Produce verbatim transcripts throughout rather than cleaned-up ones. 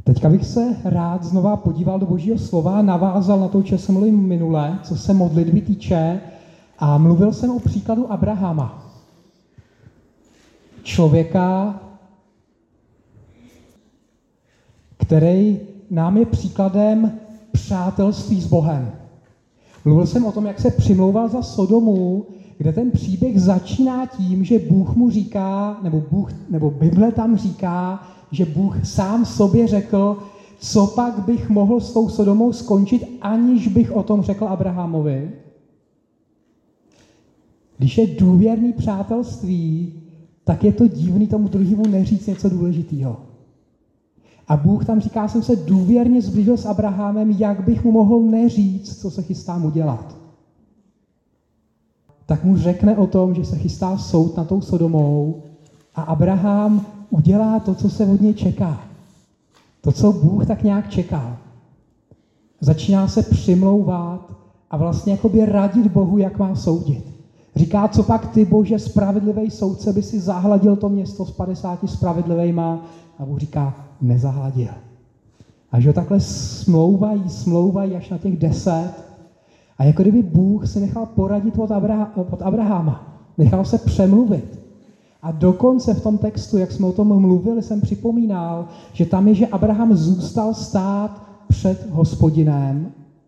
Teďka bych se rád znova podíval do Božího slova, navázal na to, co jsem mluvil minule, co se modlitby týče, a mluvil jsem o příkladu Abrahama. Člověka, který nám je příkladem přátelství s Bohem. Mluvil jsem o tom, jak se přimlouval za Sodomu, kde ten příběh začíná tím, že Bůh mu říká, nebo, Bůh, nebo Bible tam říká, že Bůh sám sobě řekl, co pak bych mohl s tou Sodomou skončit, aniž bych o tom řekl Abrahamovi. Když je důvěrný přátelství, tak je to divný tomu druhému neříct něco důležitého. A Bůh tam říká, jsem se důvěrně zblížil s Abrahamem, jak bych mu mohl neříct, co se chystám udělat. Tak mu řekne o tom, že se chystá soud nad tou Sodomou a Abraham udělá to, co se od něj čeká. To, co Bůh tak nějak čekal. Začíná se přimlouvat a vlastně jakoby radit Bohu, jak má soudit. Říká, co pak ty, Bože, spravedlivý soudce, by si zahladil to město s padesáti spravedlivejma. A Bůh říká, nezahladil. A že ho takhle smlouvají, smlouvají až na těch deset. A jako kdyby Bůh si nechal poradit od, Abraha, od Abrahama. Nechal se přemluvit. A dokonce v tom textu, jak jsme o tom mluvili, jsem připomínal, že tam je, že Abraham zůstal stát před Hospodinem.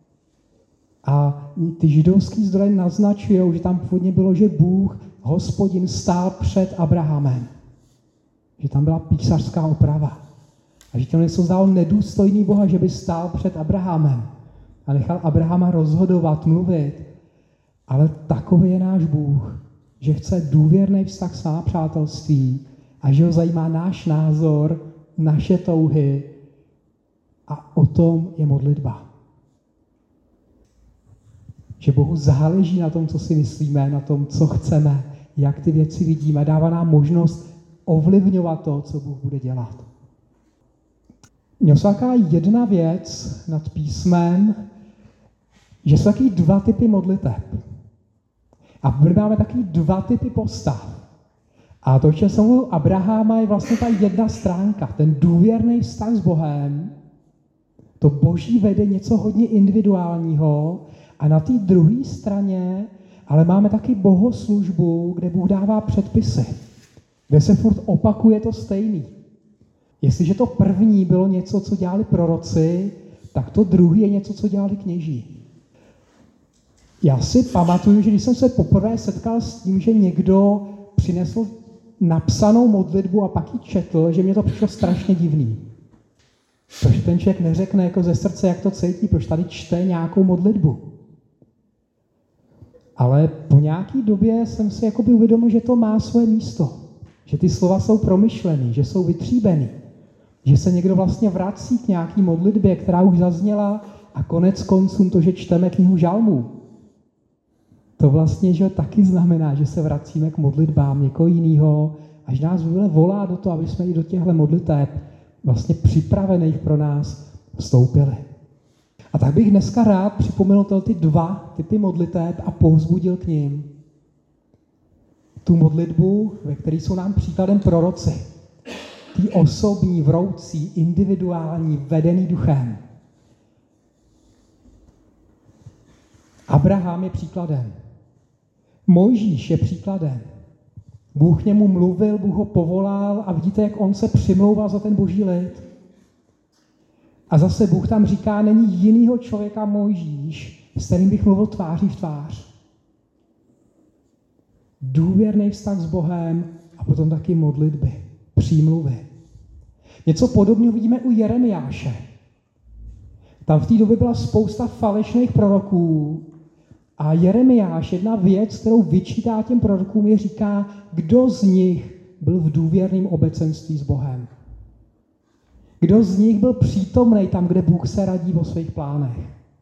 A ty židovský zdroje naznačují, že tam původně bylo, že Bůh, Hospodin, stál před Abrahamem. Že tam byla písařská oprava. A že to se zdál nedůstojný Boha, že by stál před Abrahamem. A nechal Abrahama rozhodovat, mluvit. Ale takový je náš Bůh, že chce důvěrný vztah s námi, přátelství, a že ho zajímá náš názor, naše touhy, a o tom je modlitba. Že Bohu záleží na tom, co si myslíme, na tom, co chceme, jak ty věci vidíme. Dává nám možnost ovlivňovat to, co Bůh bude dělat. Měl jsem taková jedna věc nad písmem, že jsou taky dva typy modliteb. A my máme taky dva typy postav. A to, že jsem mluvil Abraháma, je vlastně ta jedna stránka. Ten důvěrný vztah s Bohem, to Boží vede něco hodně individuálního. A na té druhé straně ale máme taky bohoslužbu, kde Bůh dává předpisy. Kde se furt opakuje to stejný. Jestliže to první bylo něco, co dělali proroci, tak to druhé je něco, co dělali kněží. Já si pamatuju, že když jsem se poprvé setkal s tím, že někdo přinesl napsanou modlitbu a pak ji četl, že mě to přišlo strašně divný. Protože ten člověk neřekne jako ze srdce, jak to cítí, proč tady čte nějakou modlitbu. Ale po nějaké době jsem si jakoby uvědomil, že to má svoje místo. Že ty slova jsou promyšlený, že jsou vytříbený. Že se někdo vlastně vrací k nějaký modlitbě, která už zazněla, a konec konců to, že čteme knihu žalmů. To vlastně, že taky znamená, že se vracíme k modlitbám někoho jiného, až nás Bible volá do toho, aby jsme i do těchto modliteb vlastně připravených pro nás vstoupili. A tak bych dneska rád připomenul ty dva typy modliteb a povzbudil k nim. Tu modlitbu, ve které jsou nám příkladem proroci. Ty osobní, vroucí, individuální, vedený duchem. Abraham je příkladem. Mojžíš je příkladem. Bůh k němu mluvil, Bůh ho povolal a vidíte, jak on se přimlouval za ten boží lid. A zase Bůh tam říká, není jinýho člověka Mojžíš, s kterým bych mluvil tváří v tvář. Důvěrný vztah s Bohem a potom taky modlitby, přímluvy. Něco podobného vidíme u Jeremiáše. Tam v té době byla spousta falešných proroků a Jeremiáš, jedna věc, kterou vyčítá těm prorokům, je říká, kdo z nich byl v důvěrném obecenství s Bohem. Kdo z nich byl přítomný tam, kde Bůh se radí o svých plánech.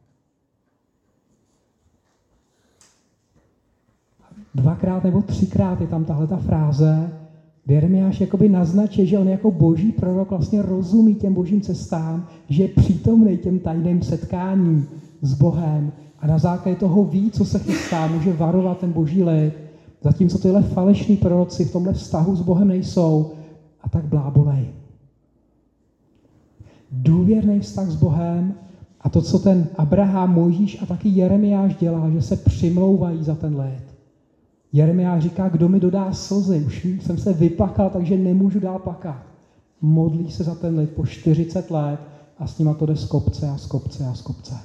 Dvakrát nebo třikrát je tam tahle ta fráze, kde Jeremiáš jakoby naznačuje, že on jako boží prorok vlastně rozumí těm božím cestám, že je přítomný těm tajným setkáním s Bohem a na základě toho ví, co se chystá, může varovat ten boží lid, zatímco tyhle falešní proroci v tomhle vztahu s Bohem nejsou a tak blábolej. důvěrný vztah s Bohem a to, co ten Abraham, Mojžíš a taky Jeremiáš dělá, že se přimlouvají za ten lid. Jeremiáš říká, kdo mi dodá slzy, už jsem se vyplakal, takže nemůžu dál plakat. Modlí se za ten lid po čtyřicet let a s nima to jde z kopce a z kopce a z kopce.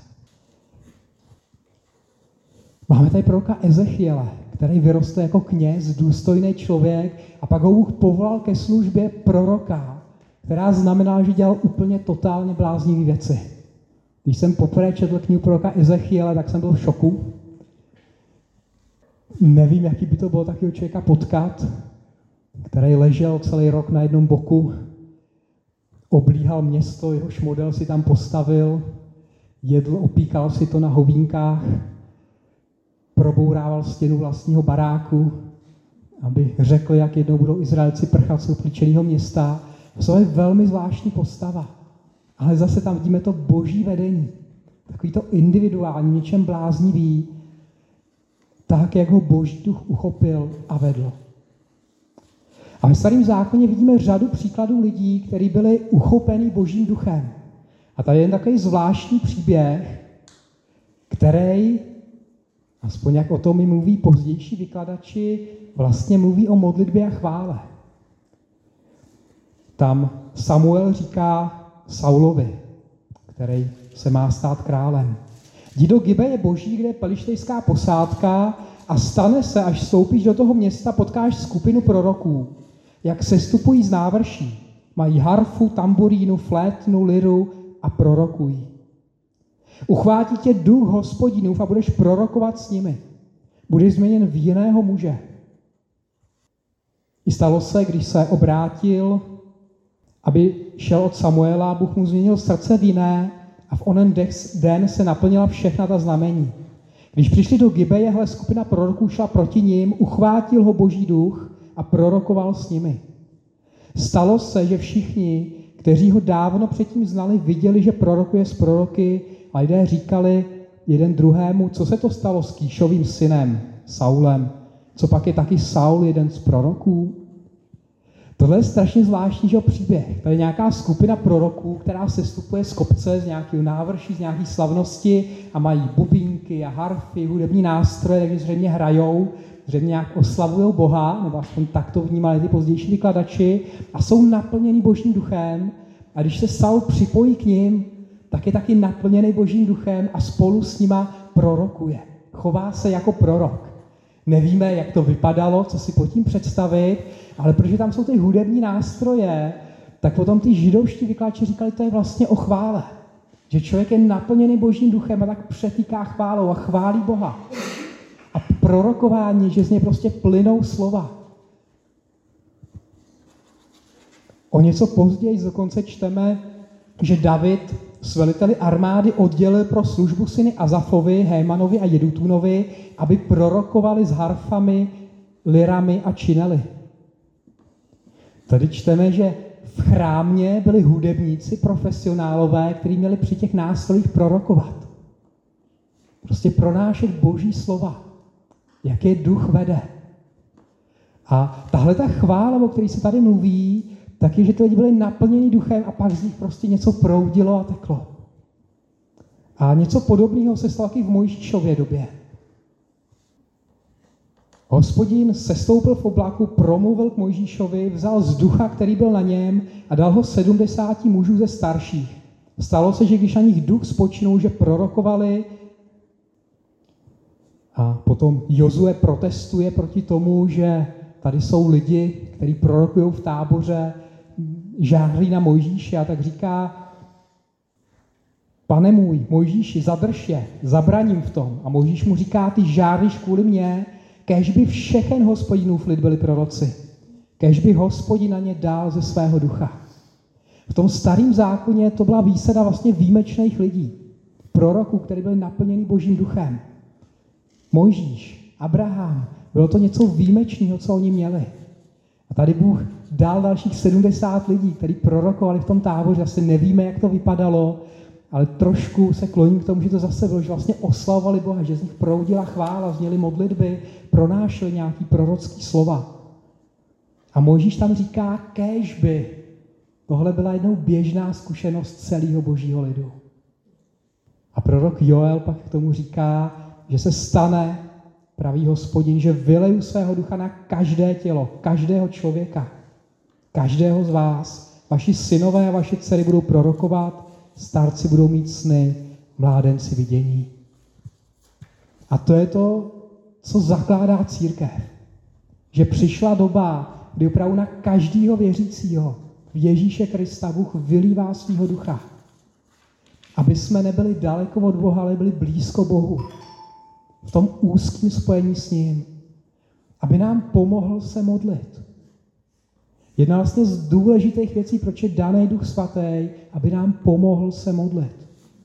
Máme tady proroka Ezechiele, který vyrostl jako kněz, důstojný člověk a pak ho Bůh povolal ke službě proroka, která znamená, že dělal úplně totálně bláznivé věci. Když jsem poprvé četl knihu proroka Ezechiele, tak jsem byl v šoku. Nevím, jaký by to bylo takového člověka potkat, který ležel celý rok na jednom boku, oblíhal město, jehož model si tam postavil, jedl, opíkal si to na hovínkách, probourával stěnu vlastního baráku, aby řekl, jak jednou budou Izraelci prchat z uklíčeného města. To je velmi zvláštní postava. Ale zase tam vidíme to boží vedení. Takový to individuální, něčem bláznivý, tak, jak ho boží duch uchopil a vedl. A ve Starém zákoně vidíme řadu příkladů lidí, kteří byli uchopení božím duchem. A tady je jen takový zvláštní příběh, který, aspoň jak o tom mi mluví pozdější vykladači, vlastně mluví o modlitbě a chvále. Tam Samuel říká Saulovi, který se má stát králem. Jdi do Gibeje boží, kde je pelištejská posádka a stane se, až vstoupíš do toho města, potkáš skupinu proroků, jak sestupují z návrší. Mají harfu, tamburínu, flétnu, liru a prorokují. Uchvátí tě duch Hospodinův a budeš prorokovat s nimi. Budeš změněn v jiného muže. I stalo se, když se obrátil, aby šel od Samuela, Bůh mu změnil srdce v jiné a v onen den se naplnila všechna ta znamení. Když přišli do Gibeje, hle, skupina proroků šla proti ním, uchvátil ho boží duch a prorokoval s nimi. Stalo se, že všichni, kteří ho dávno předtím znali, viděli, že prorokuje s proroky a lidé říkali jeden druhému, co se to stalo s Kýšovým synem, Saulem, co pak je taky Saul jeden z proroků? Tohle je strašně zvláštní, že příběh. Tady je nějaká skupina proroků, která sestupuje z kopce, z nějakého návrší, z nějaké slavnosti a mají bubínky a harfy, hudební nástroje, takže zřejmě hrajou, zřejmě nějak oslavují Boha, nebo aspoň tak to vnímali ty pozdější vykladači a jsou naplněný božím duchem a když se Saul připojí k nim, tak je taky naplněný božím duchem a spolu s nima prorokuje. Chová se jako prorok. Nevíme, jak to vypadalo, co si pod tím představit, ale protože tam jsou ty hudební nástroje, tak potom ty židovští vykladači říkali, to je vlastně o chvále. Že člověk je naplněný božím duchem a tak přetýká chválou a chválí Boha. A prorokování, že z něj prostě plynou slova. O něco později dokonce čteme, že David s veliteli armády oddělil pro službu syny Azafovi, Hémanovi a Jedutunovi, aby prorokovali s harfami, lirami a čineli. Tady čteme, že v chrámě byli hudebníci, profesionálové, kteří měli při těch nástrojích prorokovat. Prostě pronášet boží slova, jak je duch vede. A tahle ta chvála, o které se tady mluví, tak je, že ty lidi byli naplněni duchem a pak z nich prostě něco proudilo a teklo. A něco podobného se stalo taky v Mojžíšově době. Hospodin sestoupil v oblaku, promluvil k Mojžíšovi, vzal z ducha, který byl na něm a dal ho sedmdesáti mužů ze starších. Stalo se, že když na nich duch spočinul, že prorokovali a potom Jozue protestuje proti tomu, že tady jsou lidi, kteří prorokují v táboře, žáhlí na Mojžíše a tak říká, pane můj, Mojžíši, zadrž je, zabraním v tom. A Mojžíš mu říká, ty žárlíš kvůli mně, kéž by všechen Hospodinův lid byli proroci. Kéž by Hospodin na ně dal ze svého ducha. V tom starém zákoně to byla výsada vlastně výjimečných lidí. Proroků, kteří byli naplněni božím duchem. Mojžíš, Abraham, bylo to něco výjimečného, co oni měli. A tady Bůh dal dalších sedmdesát lidí, kteří prorokovali v tom táboře. Asi nevíme, jak to vypadalo, ale trošku se kloním k tomu, že to zase bylo, že vlastně oslavovali Boha, že z nich proudila chvála, zněly modlitby, pronášeli nějaký prorocký slova. A Mojžíš tam říká, kéž by Tohle byla jednou běžná zkušenost celého božího lidu. A prorok Joel pak k tomu říká, že se stane, pravý Hospodin, že vyleju svého ducha na každé tělo, každého člověka, každého z vás. Vaši synové a vaše dcery budou prorokovat, starci budou mít sny, mládenci vidění. A to je to, co zakládá církev. Že přišla doba, kdy opravdu na každého věřícího v Ježíše Krista Bůh vylívá svýho ducha. Aby jsme nebyli daleko od Boha, ale byli blízko Bohu. V tom úzkém spojení s ním. Aby nám pomohl se modlit. Jedna vlastně z důležitých věcí, proč je daný Duch Svatý, aby nám pomohl se modlit.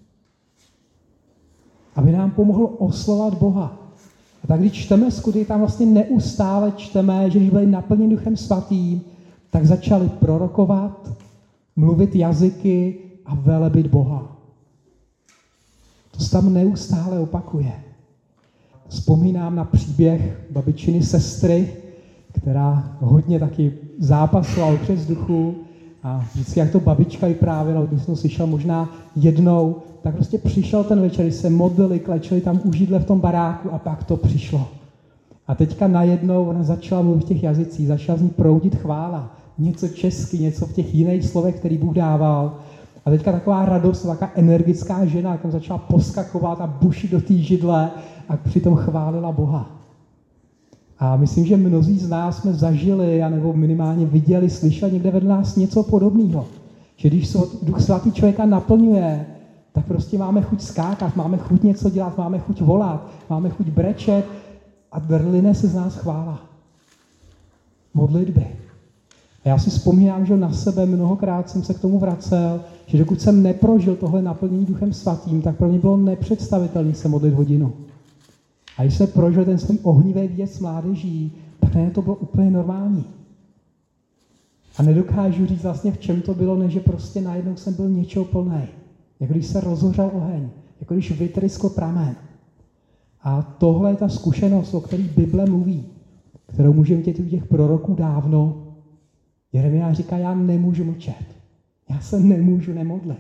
Aby nám pomohl oslovat Boha. A tak když čteme Skutky, tam vlastně neustále čteme, že když byli naplněni Duchem Svatým, tak začali prorokovat, mluvit jazyky a velebit Boha. To se tam neustále opakuje. Vzpomínám na příběh babičiny sestry, která hodně taky zápasila o křest duchu a vždycky, jak to babička vyprávěla, když jsem slyšel možná jednou, tak prostě přišel ten večer, se modlili, klečeli tam u židle v tom baráku a pak to přišlo. A teďka najednou ona začala mluvit v těch jazycích, začala z ní proudit chvála. Něco česky, něco v těch jiných slovech, který Bůh dával. A teďka taková radost, taková energická žena, tam začala poskakovat a bušit do té židle a přitom chválila Boha. A myslím, že mnozí z nás jsme zažili, anebo minimálně viděli, slyšeli někde vedle nás něco podobného. Že když se Duch Svatý člověka naplňuje, tak prostě máme chuť skákat, máme chuť něco dělat, máme chuť volat, máme chuť brečet a drline se z nás chvála. Modlitby. A já si vzpomínám, že na sebe mnohokrát jsem se k tomu vracel, že dokud jsem neprožil tohle naplnění Duchem Svatým, tak pro mě bylo nepředstavitelné se modlit hodinu. A když jsem prožil ten svůj ohnivý věc s mládeží, tak ne, to bylo úplně normální. A nedokážu říct vlastně, v čem to bylo, než že prostě najednou jsem byl něčeho plnej. Jako když se rozhořel oheň, jako když vytryskl pramen. A tohle je ta zkušenost, o které Bible mluví, kterou můžeme mít u těch proroků dávno. Jeremiáš říká, já nemůžu mlčet. Já se nemůžu nemodlit.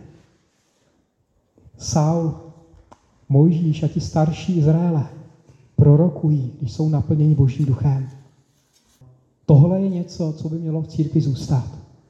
Saul, Mojžíš a ti starší Izraele prorokují, když jsou naplněni Božím duchem. Tohle je něco, co by mělo v církvi zůstat.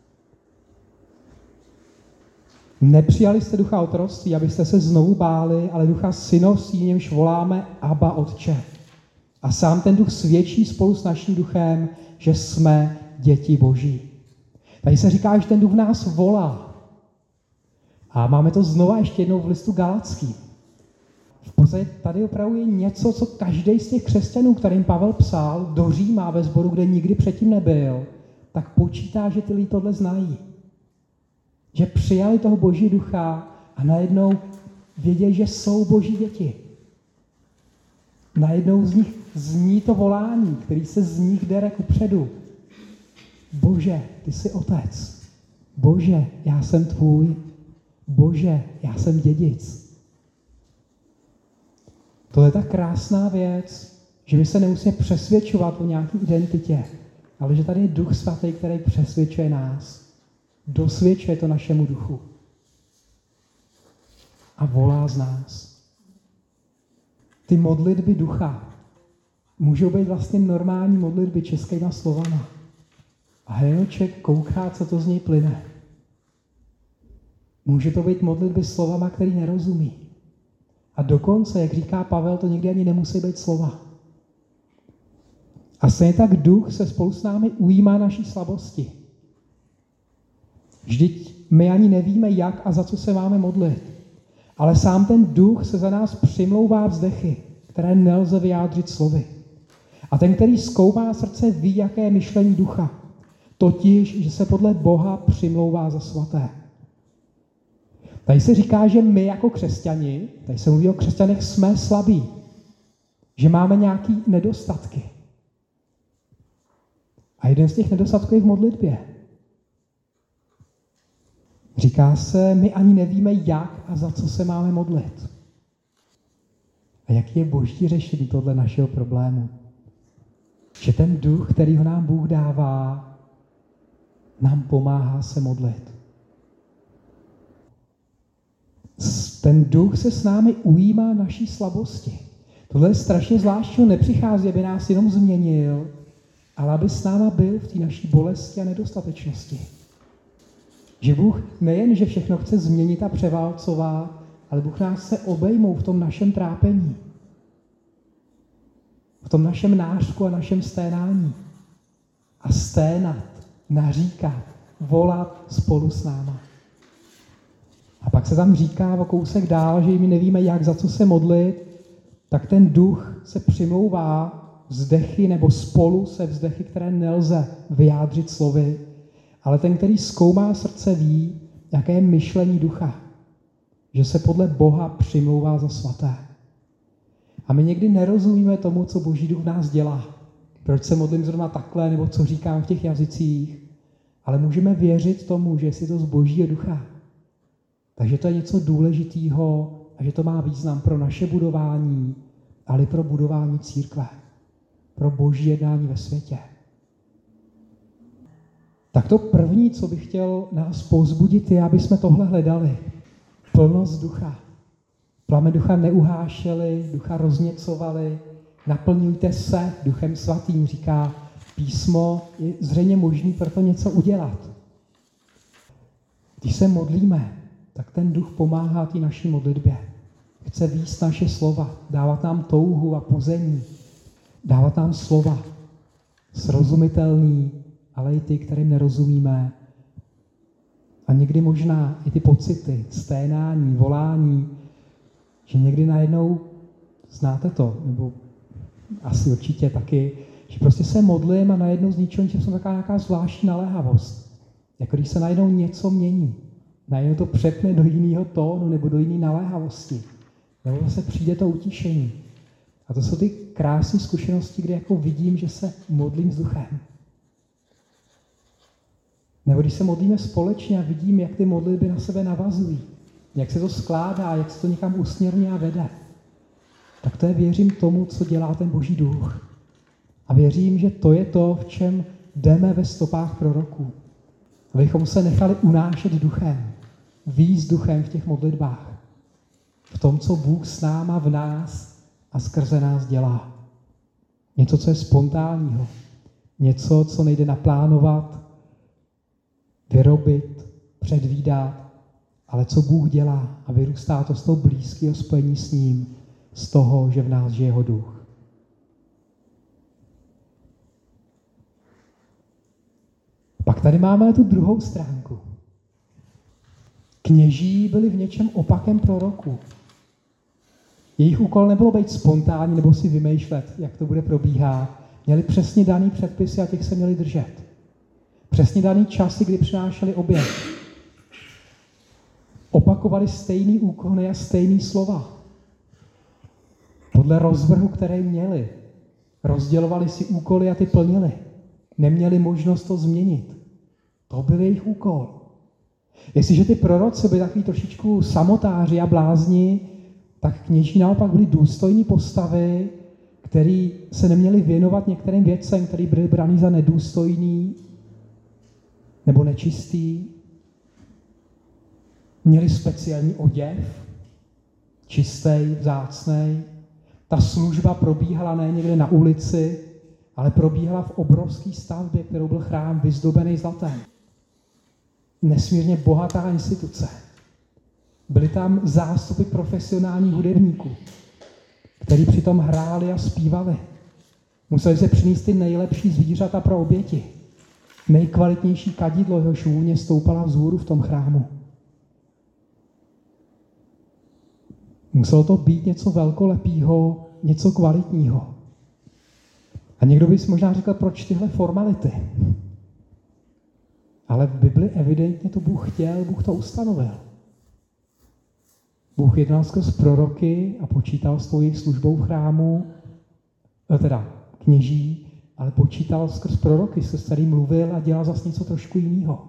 Nepřijali jste ducha otroctví, abyste se znovu báli, ale ducha synovství, v němž voláme Abba, Otče. A sám ten duch svědčí spolu s naším duchem, že jsme děti Boží. Tady se říká, že ten duch nás volá. A máme to znova ještě jednou v listu Galackým. V podstatě tady opravdu je něco, co každý z těch křesťanů, kterým Pavel psal do Říma ve sboru, kde nikdy předtím nebyl, tak počítá, že ty lidi tohle znají. Že přijali toho Boží ducha a najednou věděli, že jsou Boží děti. Najednou z nich zní to volání, který se z nich dere kupředu. Bože, ty jsi otec. Bože, já jsem tvůj. Bože, já jsem dědic. To je tak krásná věc, že my se nemusíme přesvědčovat o nějaké identitě, ale že tady je Duch Svatý, který přesvědčuje nás. Dosvědčuje to našemu duchu. A volá z nás. Ty modlitby ducha můžou být vlastně normální modlitby českýma slovama. A jenom člověk kouká, co to z něj plyne. Může to být modlitby slovama, který nerozumí. A dokonce, jak říká Pavel, to někdy ani nemusí být slova. A stejně tak duch se spolu s námi ujímá naší slabosti. Vždyť my ani nevíme, jak a za co se máme modlit. Ale sám ten duch se za nás přimlouvá vzdechy, které nelze vyjádřit slovy. A ten, který zkoumá srdce, ví, jaké je myšlení ducha. Totiž, že se podle Boha přimlouvá za svaté. Tady se říká, že my jako křesťani, tady se mluví o křesťanech, jsme slabí. Že máme nějaké nedostatky. A jeden z těch nedostatků je v modlitbě. Říká se, my ani nevíme, jak a za co se máme modlit. A jaký je boží řešení tohle našeho problému? Že ten duch, který ho nám Bůh dává, nám pomáhá se modlit. Ten duch se s námi ujímá naší slabosti. Tohle je strašně zvláštní, nepřichází, aby nás jenom změnil, ale aby s náma byl v té naší bolesti a nedostatečnosti. Že Bůh nejen, že všechno chce změnit a převálcovat, ale Bůh nás chce obejmout v tom našem trápení. V tom našem nářku a našem sténání. A sténat, naříkat, volat spolu s náma. A pak se tam říká o kousek dál, že my nevíme, jak za co se modlit, tak ten duch se přimlouvá vzdechy nebo spolu se vzdechy, které nelze vyjádřit slovy, ale ten, který zkoumá srdce, ví, jaké je myšlení ducha, že se podle Boha přimlouvá za svaté. A my někdy nerozumíme tomu, co Boží duch v nás dělá. Proč se modlím zrovna takhle, nebo co říkám v těch jazycích, ale můžeme věřit tomu, že je to z Božího ducha. Takže to je něco důležitého a že to má význam pro naše budování, ale i pro budování církve, pro Boží jednání ve světě. Tak to první, co bych chtěl nás povzbudit, je, aby jsme tohle hledali. Plnost ducha. Plamen ducha neuhášeli, ducha rozněcovali, naplňujte se Duchem svatým, říká písmo, je zřejmě možný proto něco udělat. Když se modlíme, tak ten duch pomáhá té naší modlitbě. Chce vést naše slova, dávat nám touhu a puzení, dávat nám slova srozumitelný, ale i ty, kterým nerozumíme. A někdy možná i ty pocity, sténání, volání, že někdy najednou, znáte to, nebo asi určitě taky, že prostě se modlím a najednou z ničeho ničeho jsem taková nějaká zvláštní naléhavost. Jako když se najednou něco mění. Najednou to přepne do jiného tónu nebo do jiné naléhavosti. Nebo zase přijde to utišení. A to jsou ty krásné zkušenosti, kdy jako vidím, že se modlím s duchem. Nebo když se modlíme společně a vidím, jak ty modlitby na sebe navazují, jak se to skládá, jak se to někam usměrně a vede, tak to je věřím tomu, co dělá ten Boží duch. A věřím, že to je to, v čem jdeme ve stopách proroků. Abychom se nechali unášet duchem, víc duchem v těch modlitbách. V tom, co Bůh s náma, v nás a skrze nás dělá. Něco, co je spontánního. Něco, co nejde naplánovat, vyrobit, předvídat, ale co Bůh dělá a vyrůstá to z toho blízkého spojení s ním, z toho, že v nás žije jeho duch. Pak tady máme tu druhou stránku. Kněží byli v něčem opakem proroků. Jejich úkol nebylo být spontánní nebo si vymýšlet, jak to bude probíhat. Měli přesně daný předpisy a těch se měli držet. Přesně daný časy, kdy přinášeli oběd. Opakovali stejný úkony a stejný slova. Podle rozvrhu, který měli. Rozdělovali si úkoly a ty plnili. Neměli možnost to změnit. To byl jejich úkol. Jestliže ty proroci byli takový trošičku samotáři a blázni, tak kněží naopak byli důstojní postavy, který se neměli věnovat některým věcem, který byly braný za nedůstojný nebo nečistý. Měli speciální oděv, čistý, vzácnej. Ta služba probíhala ne někde na ulici, ale probíhala v obrovské stavbě, kterou byl chrám vyzdobený zlatem. Nesmírně bohatá instituce. Byly tam zástupy profesionálních hudebníků, kteří přitom hráli a zpívali. Museli se přinést ty nejlepší zvířata pro oběti. Nejkvalitnější kadidlo, jehož vůně stoupala vzhůru v tom chrámu. Muselo to být něco velkolepého, něco kvalitního. A někdo by si možná řekl, proč tyhle formality? Ale v Bibli evidentně to Bůh chtěl, Bůh to ustanovil. Bůh jednal skrz proroky a počítal s tou jejich službou v chrámu, teda kněží, ale počítal skrz proroky, skrz který mluvil a dělal zase něco trošku jiného.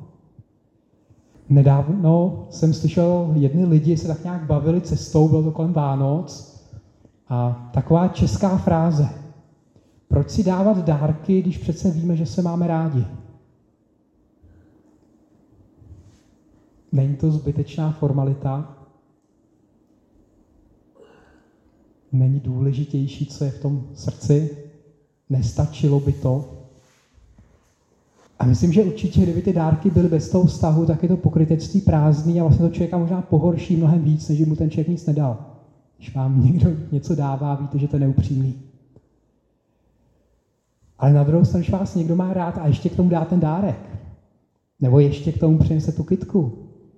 Nedávno jsem slyšel, jedny lidi se tak nějak bavili cestou, bylo to kolem Vánoc, a taková česká fráze. Proč si dávat dárky, když přece víme, že se máme rádi? Není to zbytečná formalita? není důležitější, co je v tom srdci? Nestačilo by to? A myslím, že určitě, kdyby ty dárky byly bez toho vztahu, tak je to pokrytectví prázdný a vlastně to člověka možná pohorší mnohem víc, než mu ten člověk nic nedal. Když vám někdo něco dává, víte, že to je neupřímný. Ale na druhou stranu, když vás někdo má rád a ještě k tomu dá ten dárek, nebo ještě k tomu přinese tu kytku,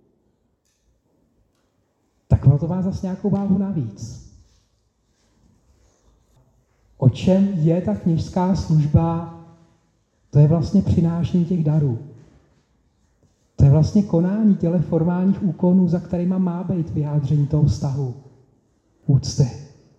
tak ono to má zase nějakou váhu navíc. O čem je ta kněžská služba? To je vlastně přinášení těch darů. To je vlastně konání těchto formálních úkonů, za kterýma má být vyjádření toho vztahu, úcty.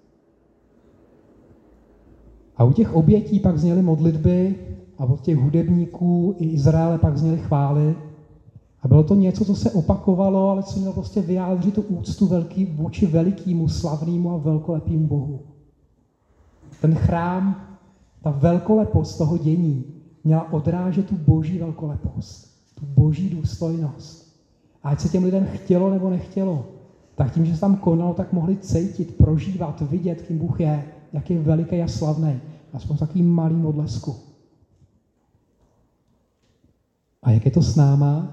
A u těch obětí pak zněly modlitby a od těch hudebníků i Izraele pak zněly chvály. A bylo to něco, co se opakovalo, ale co mělo prostě vyjádřit tu úctu velký, vůči velikýmu, slavnému a velkolepému Bohu. Ten chrám, ta velkolepost toho dění měla odrážet tu boží velkolepost, tu boží důstojnost. A ať se těm lidem chtělo nebo nechtělo, tak tím, že se tam konalo, tak mohli cítit, prožívat, vidět, kým Bůh je, jak je veliký a slavný. Aspoň v takovým malým odlesku. A jak je to s náma?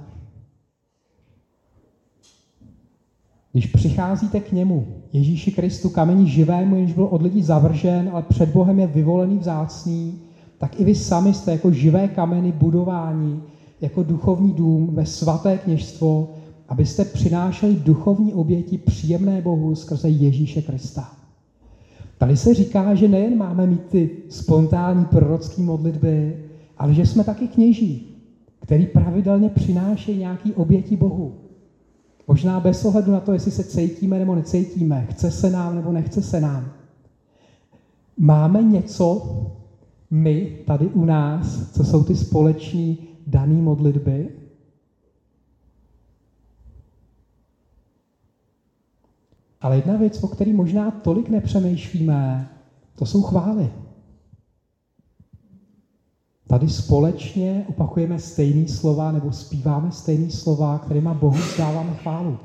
Když přicházíte k němu, Ježíši Kristu, kameni živému, jenž byl od lidí zavržen, ale před Bohem je vyvolený vzácný, tak i vy sami jste jako živé kameny budování, jako duchovní dům ve svaté kněžstvo, abyste přinášeli duchovní oběti příjemné Bohu skrze Ježíše Krista. Tady se říká, že nejen máme mít ty spontánní prorocké modlitby, ale že jsme taky kněží, který pravidelně přinášejí nějaké oběti Bohu. Možná bez ohledu na to, jestli se cítíme nebo necítíme, chce se nám nebo nechce se nám. Máme něco, my tady u nás, co jsou ty společní dané modlitby. Ale jedna věc, o které možná tolik nepřemýšlíme, to jsou chvály. Tady společně opakujeme stejný slova nebo zpíváme stejný slova, kterýma Bohu vzdáváme chválu.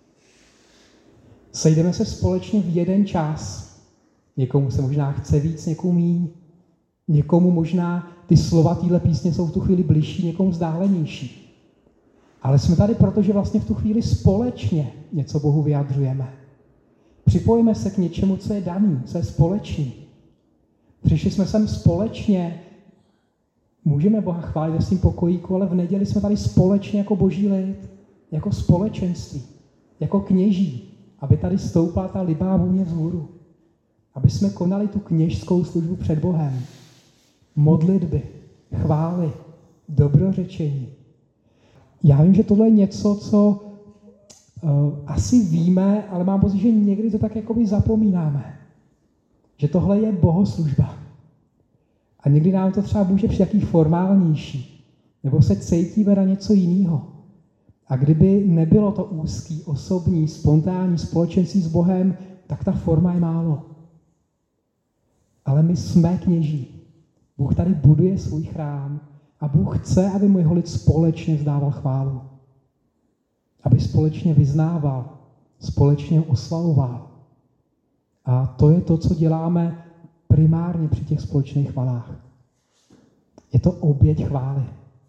Sejdeme se společně v jeden čas. Někomu se možná chce víc, někomu míň. Někomu možná ty slova téhle písně jsou v tu chvíli bližší, někomu vzdálenější. Ale jsme tady proto, že vlastně v tu chvíli společně něco Bohu vyjadřujeme. Připojíme se k něčemu, co je daný, co je společný. Přišli jsme sem společně, můžeme Boha chválit ve svým pokojíku, ale v neděli jsme tady společně jako boží lid, jako společenství, jako kněží, aby tady stoupala ta libá vůně vzhůru. Aby jsme konali tu kněžskou službu před Bohem. Modlitby, chvály, dobrořečení. Já vím, že tohle je něco, co uh, asi víme, ale mám pocit, že někdy to tak jakoby zapomínáme. Že tohle je bohoslužba. A někdy nám to třeba může přijít jaký formálnější. Nebo se cítíme na něco jiného. A kdyby nebylo to úzký, osobní, spontánní společenství s Bohem, tak ta forma je málo. Ale my jsme kněží. Bůh tady buduje svůj chrám a Bůh chce, aby mu jeho lid společně vzdával chválu. Aby společně vyznával, společně oslavoval. A to je to, co děláme primárně při těch společných chvalách. Je to oběť chvály.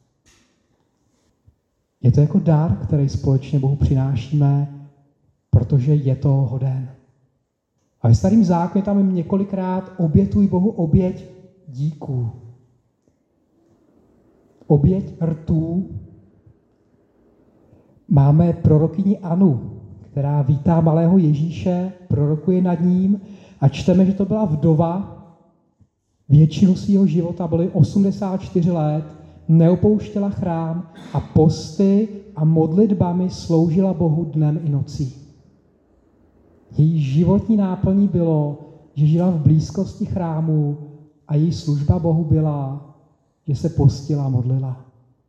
Je to jako dar, který společně Bohu přinášíme, protože je to hoden. A ve Starém zákoně tam několikrát obětuj Bohu oběť díků. Oběť rtů. Máme prorokyni Anu, která vítá malého Ježíše, prorokuje nad ním a čteme, že to byla vdova, většinu svého života, byly osmdesát čtyři let, neopouštěla chrám a posty a modlitbami sloužila Bohu dnem i nocí. Její životní náplní bylo, že žila v blízkosti chrámu a její služba Bohu byla, že se postila a modlila.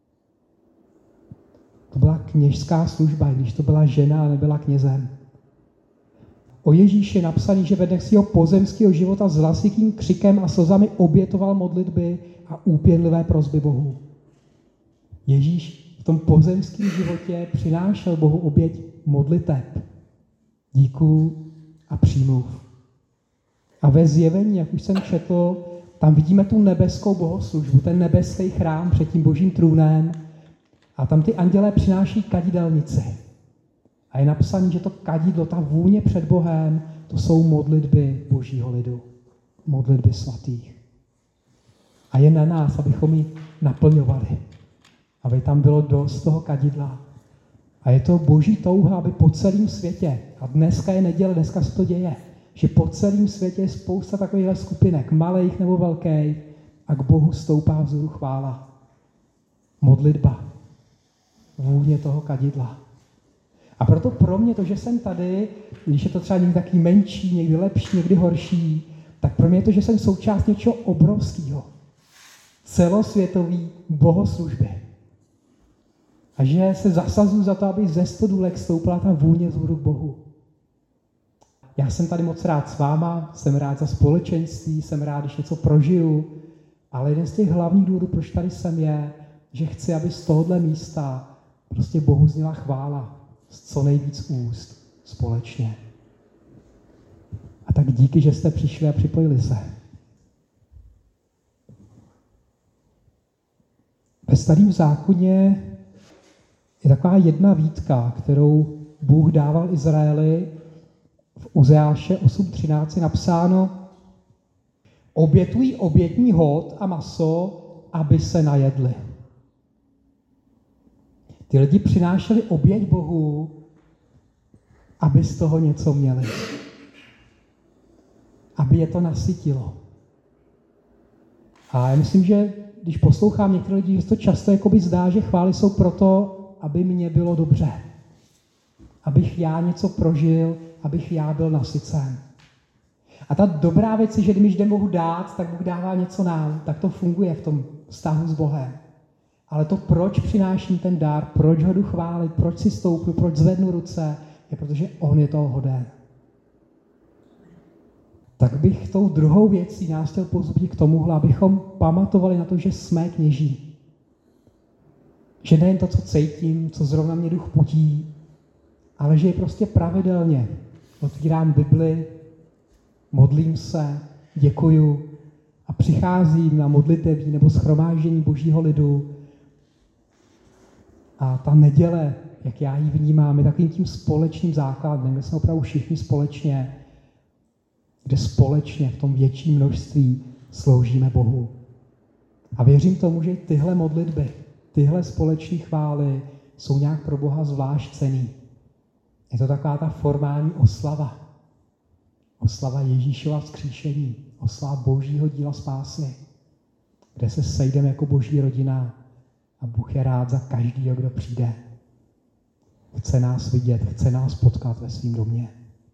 To byla kněžská služba, i když to byla žena a nebyla knězem. O Ježíši je napsaný, že ve dnech svého pozemského života s hlasitým křikem a slzami obětoval modlitby a úpěnlivé prosby Bohu. Ježíš v tom pozemském životě přinášel Bohu oběť modliteb, díků a přímluv. A ve Zjevení, jak už jsem četl, tam vidíme tu nebeskou bohoslužbu, ten nebeský chrám před tím božím trůnem a tam ty andělé přináší kadidelnici. A je napsané, že to kadidlo, ta vůně před Bohem, to jsou modlitby božího lidu, modlitby svatých. A je na nás, abychom ji naplňovali, aby tam bylo dost toho kadidla. A je to boží touha, aby po celém světě, a dneska je neděle, dneska se to děje, že po celém světě je spousta takových skupinek, malých nebo velkých, a k Bohu stoupá vzhůru chvála. Modlitba. Vůně toho kadidla. A proto pro mě to, že jsem tady, když je to třeba někdy taky menší, někdy lepší, někdy horší, tak pro mě je to, že jsem součást něčeho obrovského. Celosvětový bohoslužby. A že se zasazuju za to, aby ze stodůlek stoupala ta vůně vzhůru k Bohu. Já jsem tady moc rád s váma, jsem rád za společenství, jsem rád, když něco prožiju, ale jeden z těch hlavních důvodů, proč tady jsem, je, že chci, aby z tohohle místa prostě Bohu zněla chvála z co nejvíc úst společně. A tak díky, že jste přišli a připojili se. Ve Starém zákoně je taková jedna výtka, kterou Bůh dával Izraeli. V Uzeáše osm třináct je napsáno: obětují obětní hod a maso, aby se najedli. Ty lidi přinášeli oběť Bohu, aby z toho něco měli. Aby je to nasytilo. A já myslím, že když poslouchám některé lidi, že to často jakoby zdá, že chvály jsou proto, aby mně bylo dobře. Abych já něco prožil, abych já byl nasycen. A ta dobrá věc je, že když jdem Bohu dát, tak Bůh dává něco nám. Tak to funguje v tom vztahu s Bohem. Ale to, proč přináším ten dar, proč ho jdu chválit, proč si stoupnu, proč zvednu ruce, je protože on je toho hoden. Tak bych tou druhou věcí nás chtěl povzbudit k tomuhle, abychom pamatovali na to, že jsme kněží. Že nejen to, co cítím, co zrovna mě duch pudí, ale že je prostě pravidelně otvírám Bibli, modlím se, děkuju a přicházím na modlitevní nebo shromáždění božího lidu. A ta neděle, jak já ji vnímám, je takovým tím společným základem, kde jsme opravdu všichni společně, kde společně v tom větším množství sloužíme Bohu. A věřím tomu, že tyhle modlitby, tyhle společné chvály jsou nějak pro Boha zvlášť cenný. Je to taková ta formální oslava. Oslava Ježíšova vzkříšení. Oslava božího díla spásy. Kde se sejdeme jako boží rodina a Bůh je rád za každýho, kdo přijde. Chce nás vidět, chce nás potkat ve svém domě.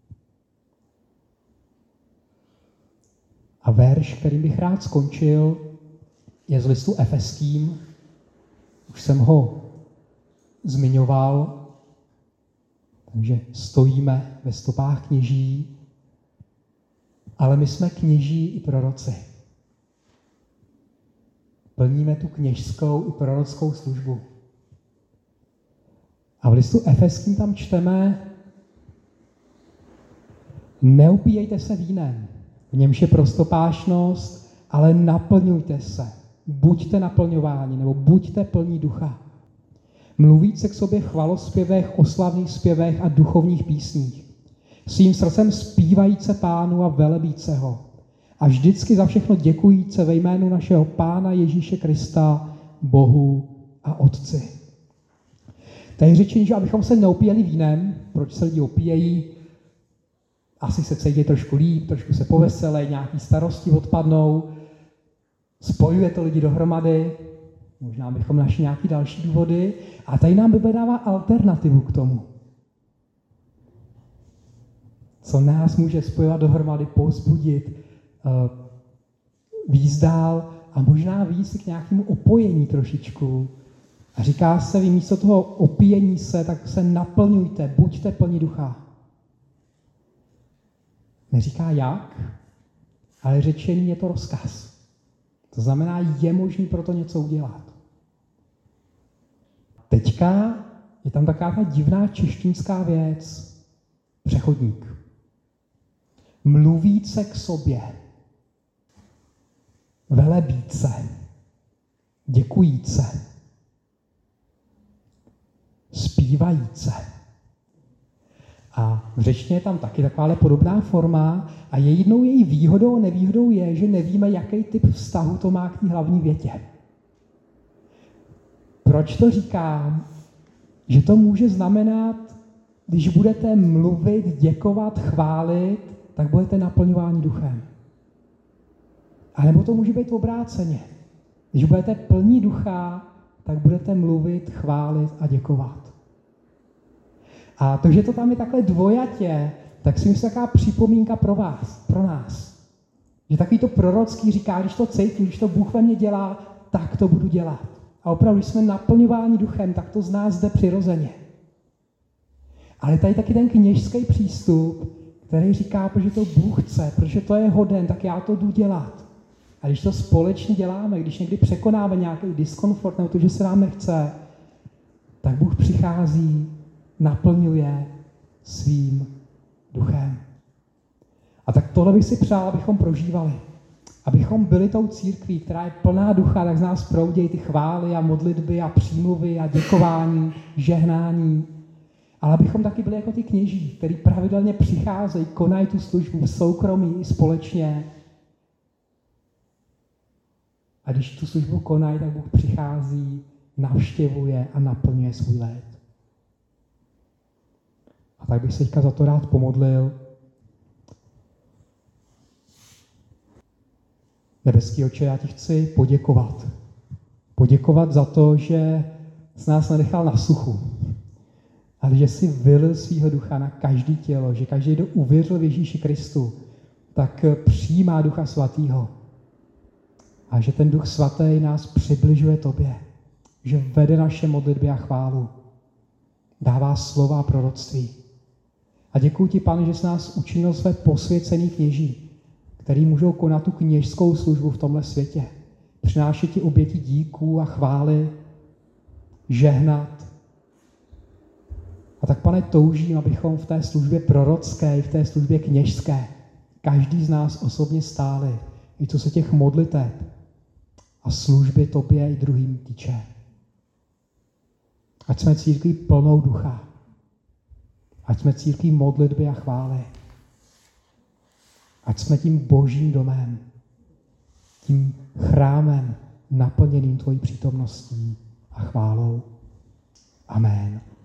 A verš, kterým bych rád skončil, je z listu Efeským. Už jsem ho zmiňoval. Takže stojíme ve stopách kněží, ale my jsme kněží i proroci. Plníme tu kněžskou i prorockou službu. A v listu Efeským tam čteme: neupíjejte se vínem, v němž je prostopášnost, ale naplňujte se. Buďte naplňováni, nebo buďte plní ducha. Mluvíte k sobě v chvalospěvech, oslavných zpěvech a duchovních písních. Svým srdcem zpívajíce Pánu a velebíce ho. A vždycky za všechno děkujíce ve jménu našeho Pána Ježíše Krista, Bohu a Otci. Tady řečení, že abychom se neopíjeli vínem, proč se lidi opíjejí, asi se cítí trošku líp, trošku se poveselej, nějaký starosti odpadnou, spojuje to lidi dohromady, možná bychom našli nějaké další důvody, a tady nám Bible dává alternativu k tomu. Co nás může spojovat dohromady, povzbudit, víc dál a možná víc k nějakému opojení trošičku. A říká se, vy místo toho opíjení se, tak se naplňujte, buďte plní ducha. Neříká jak, ale řečení je to rozkaz. To znamená, je možný pro to něco udělat. Teďka je tam taková ta divná češtinská věc, přechodník. mluvíce k sobě, velebíce, děkujíce, zpívajíce. A v řečtině je tam taky takováhle podobná forma a jednou její výhodou a nevýhodou je, že nevíme, jaký typ vztahu to má k té hlavní větě. Proč to říkám? Že to může znamenat, když budete mluvit, děkovat, chválit, tak budete naplňováni duchem. A nebo to může být obráceně. Když budete plní ducha, tak budete mluvit, chválit a děkovat. A to, že to tam je takhle dvojatě, tak si myslím, taková připomínka pro vás, pro nás. Že takový to prorocký říká, když to cítím, když to Bůh ve mně dělá, tak to budu dělat. A opravdu, když jsme naplňováni duchem, tak to z nás jde přirozeně. Ale tady taky ten kněžský přístup, který říká, protože to Bůh chce, protože to je hoden, tak já to jdu dělat. A když to společně děláme, když někdy překonáme nějaký diskomfort nebo to, že se nám nechce, tak Bůh přichází, naplňuje svým duchem. A tak tohle bych si přál, abychom prožívali. Abychom byli tou církví, která je plná ducha, tak z nás proudějí ty chvály a modlitby a přímluvy a děkování, žehnání. Ale abychom taky byli jako ty kněží, který pravidelně přicházejí, konají tu službu v soukromí i společně. A když tu službu konají, tak Bůh přichází, navštěvuje a naplňuje svůj lid. A tak bych se teďka za to rád pomodlil. Nebeský Otče, já ti chci poděkovat. Poděkovat za to, že jsi nás nenechal na suchu, ale že jsi vylil svýho ducha na každé tělo, že každý, kdo uvěřil v Ježíši Kristu, tak přijímá Ducha Svatého. A že ten Duch Svatý nás přibližuje tobě, že vede naše modlitby a chválu, dává slova a proroctví. A děkuji ti, Pane, že jsi nás učinil své posvěcený kněží, který můžou konat tu kněžskou službu v tomhle světě. Přinášet ti oběti díků a chvály, žehnat. A tak, Pane, toužím, abychom v té službě prorocké i v té službě kněžské každý z nás osobně stáli, i co se těch modliteb a služby tobě i druhým týče. Ať jsme církví plnou ducha. Ať jsme církví modlitby a chvály. Ať jsme tím božím domem, tím chrámem naplněným tvojí přítomností a chválou. Amen.